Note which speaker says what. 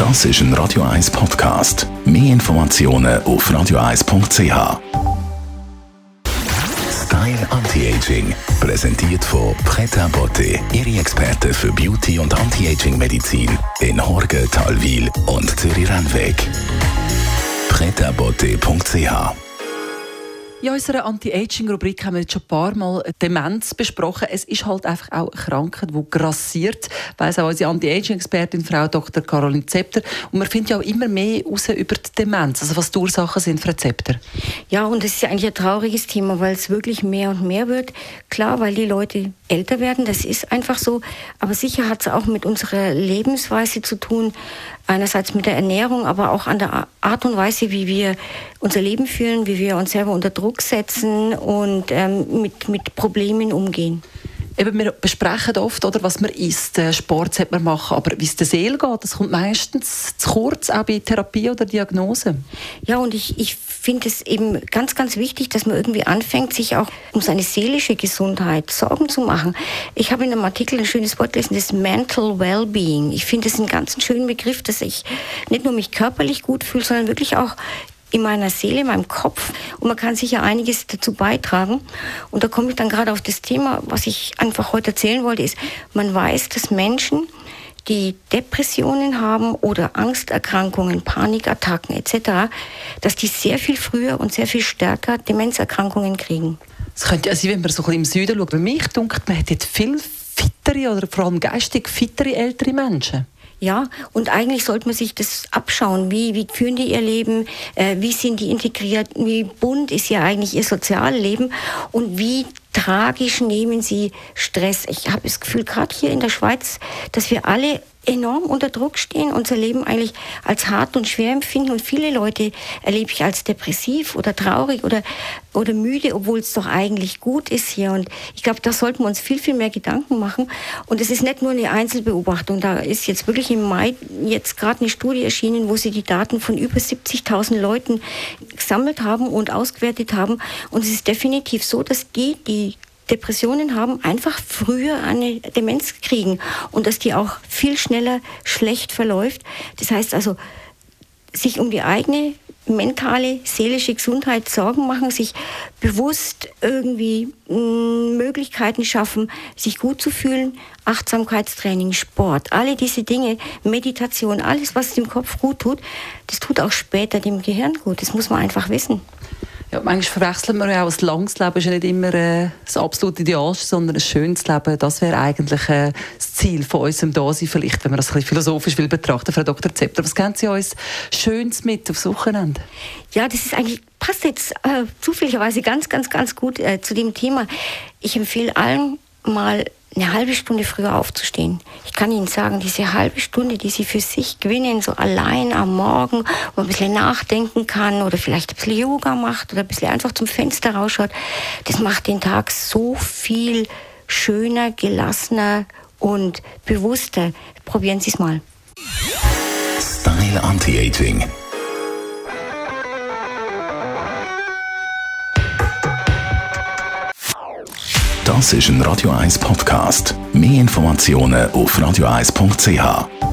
Speaker 1: Das ist ein Radio 1 Podcast. Mehr Informationen auf radio1.ch. Style Anti-Aging, präsentiert von Pret-à-Porter, Ihre Experten für Beauty- und Anti-Aging-Medizin in Horgen, Talwil und Zürich-Rennweg. Pret-à-porter.ch.
Speaker 2: In unserer Anti-Aging-Rubrik haben wir jetzt schon ein paar Mal Demenz besprochen. Es ist halt einfach auch eine Krankheit, die grassiert. Weiss auch unsere Anti-Aging-Expertin, Frau Dr. Caroline Zepter. Und man findet ja auch immer mehr heraus über die Demenz, also was die Ursachen sind, Frau Zepter.
Speaker 3: Ja, und das ist ja eigentlich ein trauriges Thema, weil es wirklich mehr und mehr wird. Klar, weil die Leute älter werden, das ist einfach so. Aber sicher hat es auch mit unserer Lebensweise zu tun. Einerseits mit der Ernährung, aber auch an der Art und Weise, wie wir unser Leben führen, wie wir uns selber unter Druck setzen und mit Problemen umgehen.
Speaker 2: Eben, wir besprechen oft, oder, was man isst, Sport sollte man machen, aber wie es der Seele geht, das kommt meistens zu kurz, auch bei Therapie oder Diagnose.
Speaker 3: Ja, und ich finde es eben ganz, ganz wichtig, dass man irgendwie anfängt, sich auch um seine seelische Gesundheit Sorgen zu machen. Ich habe in einem Artikel ein schönes Wort gelesen, das Mental Wellbeing. Ich finde es einen ganz schönen Begriff, dass ich nicht nur mich körperlich gut fühle, sondern wirklich auch in meiner Seele, in meinem Kopf. Und man kann sicher einiges dazu beitragen. Und da komme ich dann gerade auf das Thema, was ich einfach heute erzählen wollte, ist, man weiß, dass Menschen, die Depressionen haben oder Angsterkrankungen, Panikattacken etc., dass die sehr viel früher und sehr viel stärker Demenzerkrankungen kriegen.
Speaker 2: Es könnte ja sein, wenn man so ein bisschen im Süden schaut. Bei mich denkt man hat jetzt viel fittere oder vor allem geistig fittere ältere Menschen.
Speaker 3: Ja, und eigentlich sollte man sich das abschauen. Wie führen die ihr Leben? Wie sind die integriert? Wie bunt ist ja eigentlich ihr Sozialleben? Und wie tragisch nehmen sie Stress? Ich habe das Gefühl, gerade hier in der Schweiz, dass wir alle enorm unter Druck stehen, unser Leben eigentlich als hart und schwer empfinden. Und viele Leute erlebe ich als depressiv oder traurig oder müde, obwohl es doch eigentlich gut ist hier. Und ich glaube, da sollten wir uns viel, viel mehr Gedanken machen. Und es ist nicht nur eine Einzelbeobachtung. Da ist jetzt wirklich im Mai jetzt gerade eine Studie erschienen, wo sie die Daten von über 70.000 Leuten gesammelt haben und ausgewertet haben. Und es ist definitiv so, dass die Depressionen haben, einfach früher eine Demenz kriegen und dass die auch viel schneller schlecht verläuft. Das heißt also, sich um die eigene mentale, seelische Gesundheit Sorgen machen, sich bewusst irgendwie Möglichkeiten schaffen, sich gut zu fühlen, Achtsamkeitstraining, Sport, alle diese Dinge, Meditation, alles, was dem Kopf gut tut, das tut auch später dem Gehirn gut. Das muss man einfach wissen.
Speaker 2: Ja, manchmal verwechseln wir ja auch, ein langes Leben ist ja nicht immer das absolute Ideal, sondern ein schönes Leben. Das wäre eigentlich das Ziel von unserem Dasein, vielleicht, wenn man das ein bisschen philosophisch will betrachten. Frau Dr. Zepter, was geben Sie uns Schönes mit aufs Wochenende? Ja,
Speaker 3: das ist eigentlich, passt jetzt zufälligerweise ganz, ganz, ganz gut zu dem Thema. Ich empfehle allen mal eine halbe Stunde früher aufzustehen. Ich kann Ihnen sagen, diese halbe Stunde, die Sie für sich gewinnen, so allein am Morgen, wo man ein bisschen nachdenken kann oder vielleicht ein bisschen Yoga macht oder ein bisschen einfach zum Fenster rausschaut, das macht den Tag so viel schöner, gelassener und bewusster. Probieren Sie es mal.
Speaker 1: Style Anti-Aging. Das ist ein Radio 1 Podcast. Mehr Informationen auf radio1.ch.